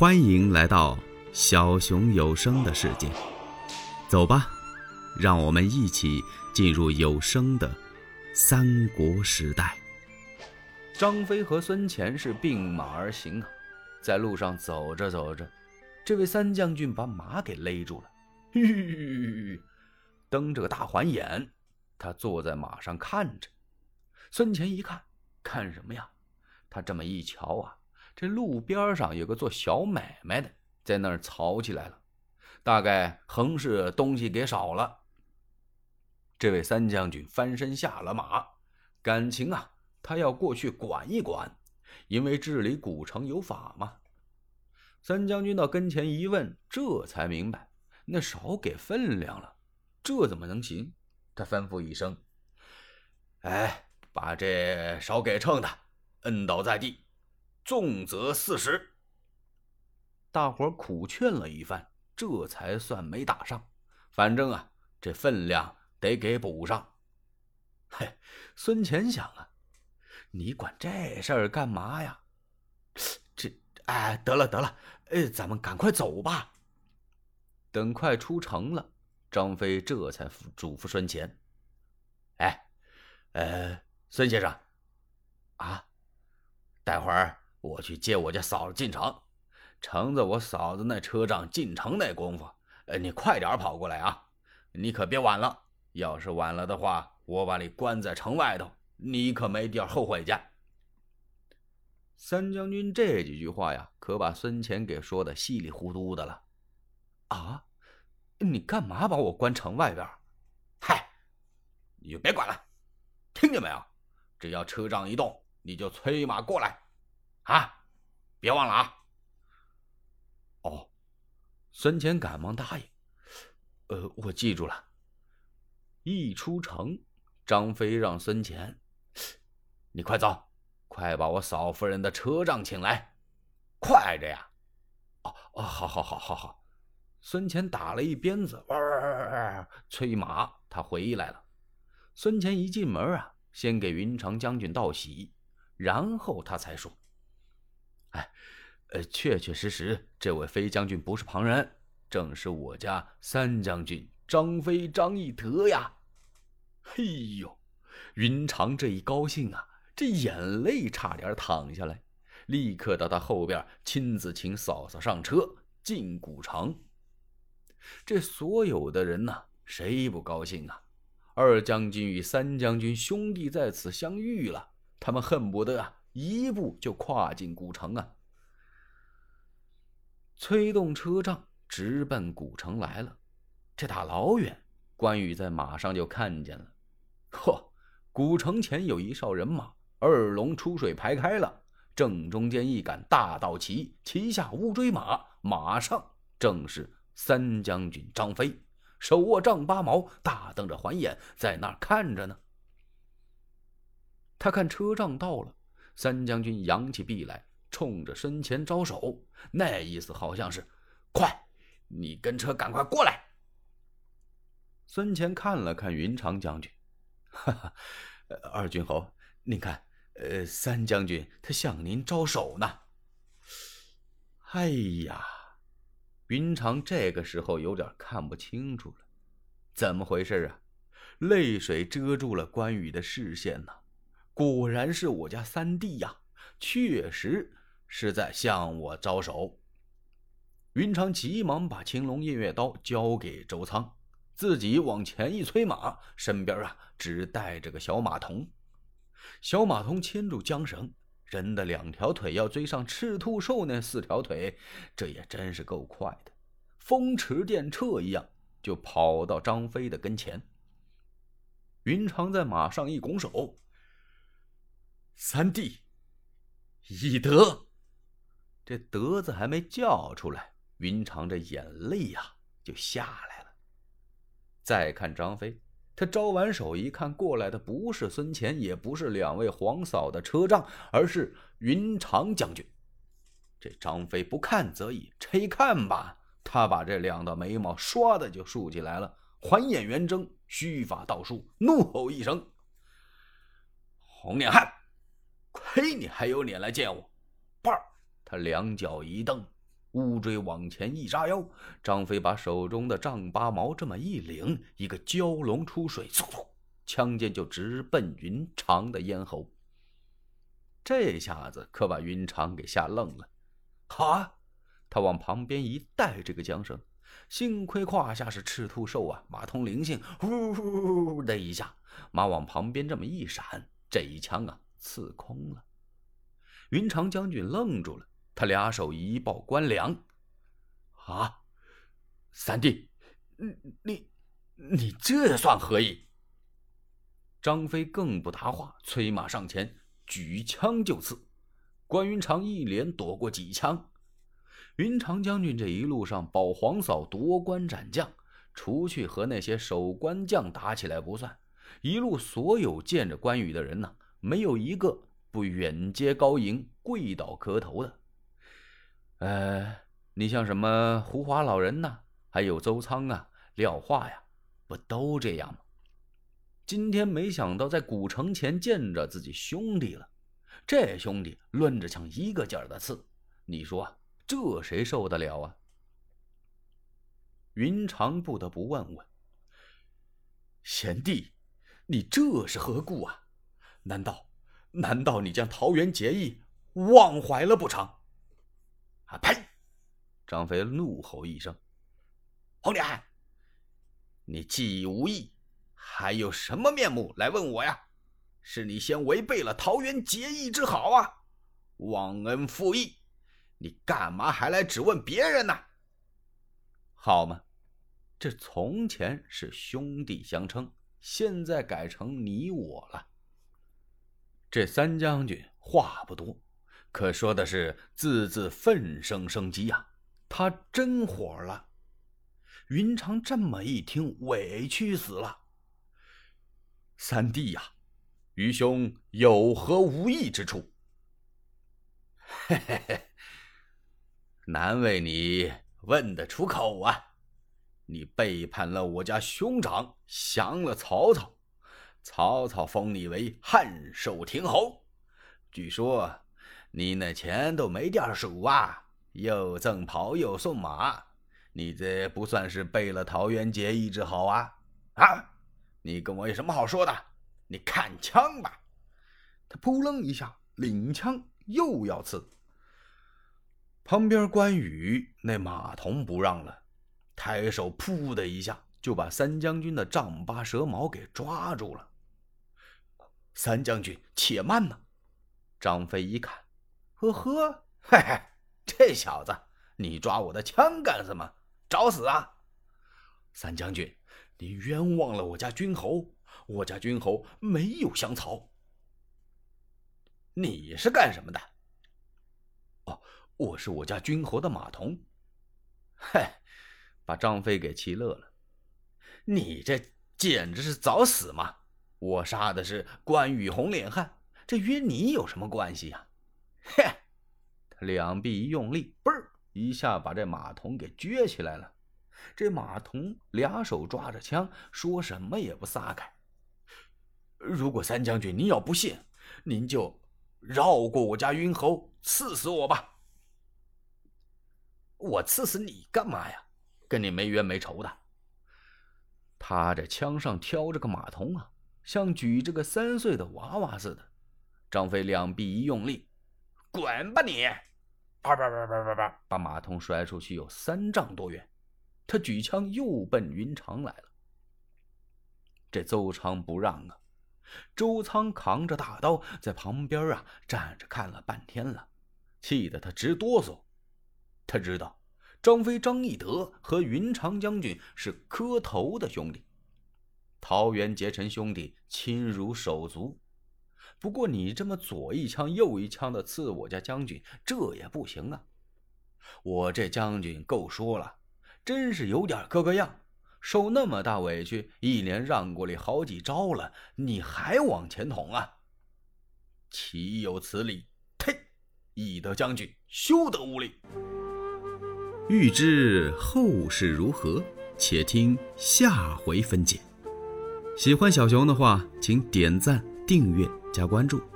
欢迎来到小熊有声的世界，走吧，让我们一起进入有声的三国时代。 张飞和孙乾是并马而行啊，在路上走着走着，这位三将军把马给勒住了，蹬着个大环眼，他坐在马上看着。孙乾一看，看什么呀？他这么一瞧啊，这路边上有个做小买卖的在那儿吵起来了，大概横是东西给少了。这位三将军翻身下了马，感情啊他要过去管一管，因为治理古城有法嘛。三将军到跟前一问，这才明白那少给分量了，这怎么能行？他吩咐一声，把这少给秤的摁倒在地，重则40。大伙苦劝了一番，这才算没打上，反正啊这分量得给补上。孙乾想啊，你管这事儿干嘛呀？得了，咱们赶快走吧。等快出城了，张飞这才嘱咐孙乾，孙先生啊，待会儿我去接我家嫂子进城，乘着我嫂子那车仗进城那功夫，你快点跑过来啊，你可别晚了，要是晚了的话，我把你关在城外头，你可没地儿后悔去。三将军这几句话呀，可把孙乾给说的稀里糊涂的了。啊，你干嘛把我关城外边？你就别管了，听见没有？只要车仗一动，你就催马过来啊，别忘了啊。哦，孙乾赶忙答应，我记住了。一出城，张飞让孙乾，你快走，快把我嫂夫人的车仗请来，快着呀。好。孙乾打了一鞭子，催马，他回来了。孙乾一进门啊，先给云长将军道喜，然后他才说，确实这位飞将军不是旁人，正是我家三将军张飞张翼德呀。云长这一高兴啊，这眼泪差点淌下来，立刻到他后边亲自请嫂嫂上车进古城。这所有的人呢，谁不高兴啊？二将军与三将军兄弟在此相遇了，他们恨不得啊一步就跨进古城啊。催动车仗直奔古城来了。这大老远，关羽在马上就看见了。古城前有一哨人马，二龙出水排开了，正中间一杆大道旗，旗下乌骓马，马上正是三将军张飞，手握丈八矛，大瞪着环眼，在那儿看着呢。他看车仗到了，三将军扬起臂来，冲着孙乾招手，那意思好像是，快，你跟车赶快过来。孙乾看了看云长将军，二军侯，您看，三将军他向您招手呢。云长这个时候有点看不清楚了，怎么回事啊？泪水遮住了关羽的视线呢。果然是我家三弟呀，确实是在向我招手。云长急忙把青龙偃月刀交给周仓，自己往前一催马，身边啊只带着个小马童。小马童牵住缰绳，人的2条腿要追上赤兔兽那4条腿，这也真是够快的，风驰电掣一样就跑到张飞的跟前。云长在马上一拱手，三弟翼德。这德字还没叫出来，云长这眼泪呀就下来了。再看张飞，他招完手一看，过来的不是孙乾，也不是2位皇嫂的车仗，而是云长将军。这张飞不看则已，这一看吧，他把这2道眉毛唰的就竖起来了，环眼圆睁，须发倒竖，怒吼一声，红脸汉，亏你还有脸来见我！他2脚一蹬， 乌锥往前一扎腰，张飞把手中的丈八矛这么一领，一个蛟龙出水，嗖嗖，枪尖就直奔云长的咽喉。这下子可把云长给吓愣了。哈！他往旁边一带这个缰绳，幸亏胯下是赤兔兽啊，马通灵性，呼的一下，马往旁边这么一闪，这一枪啊刺空了。云长将军愣住了，他俩手一抱官粮。啊，三弟，你这算何意？张飞更不答话，催马上前，举枪就刺。关云长一连躲过几枪。云长将军这一路上保皇嫂夺关斩将，除去和那些守关将打起来不算，一路所有见着关羽的人呢，没有一个不远接高迎，跪倒磕头的。你像什么胡华老人呐，还有周仓啊、廖化呀，不都这样吗？今天没想到在古城前见着自己兄弟了，这兄弟抡着枪一个劲儿的刺，你说这谁受得了啊？云长不得不问问：贤弟，你这是何故啊？难道你将桃园结义忘怀了不成？啊呸！张飞怒吼一声：红脸，你既无义，还有什么面目来问我呀？是你先违背了桃园结义之好啊，忘恩负义，你干嘛还来质问别人呢？好嘛，这从前是兄弟相称，现在改成你我了。这三将军话不多，可说的是字字愤声生机啊，他真火了。云长这么一听，委屈死了。三弟呀，愚兄有何无义之处？嘿嘿嘿，难为你问得出口啊！你背叛了我家兄长，降了曹操，曹操封你为汉寿亭侯，据说你那钱都没点数啊，又赠袍又送马，你这不算是背了桃园结义之好啊？啊！你跟我有什么好说的？你看枪吧！他扑棱一下，领枪又要刺。旁边关羽那马童不让了，抬手噗的一下就把三将军的丈八蛇矛给抓住了。三将军且慢呐！张飞一看，呵呵，嘿嘿，这小子，你抓我的枪干什么？找死啊！三将军，你冤枉了我家君侯，我家君侯没有降曹。你是干什么的？哦，我是我家君侯的马童。嘿，把张飞给气乐了。你这简直是找死嘛！我杀的是关羽红脸汉，这与你有什么关系呀？嘿，他两臂一用力，嘣儿一下把这马童给撅起来了。这马童俩手抓着枪，说什么也不撒开。如果三将军您要不信，您就绕过我家晕侯，刺死我吧。我刺死你干嘛呀？跟你没冤没仇的。他这枪上挑着个马童啊，像举着个3岁的娃娃似的。张飞两臂一用力，滚吧你！啪啪啪啪啪啪，把马童摔出去有3丈多远。他举枪又奔云长来了。这邹昌不让啊，周仓扛着大刀在旁边啊站着看了半天了，气得他直哆嗦。他知道张飞张翼德和云长将军是磕头的兄弟，桃园结成兄弟，亲如手足。不过你这么左一枪右一枪的刺我家将军，这也不行啊。我这将军够说了，真是有点哥哥样，受那么大委屈，一连让过你好几招了，你还往前捅啊？岂有此理！呸！翼德将军休得无礼！ 欲知后事如何，且听下回分解。喜欢小熊的话，请点赞、订阅、加关注。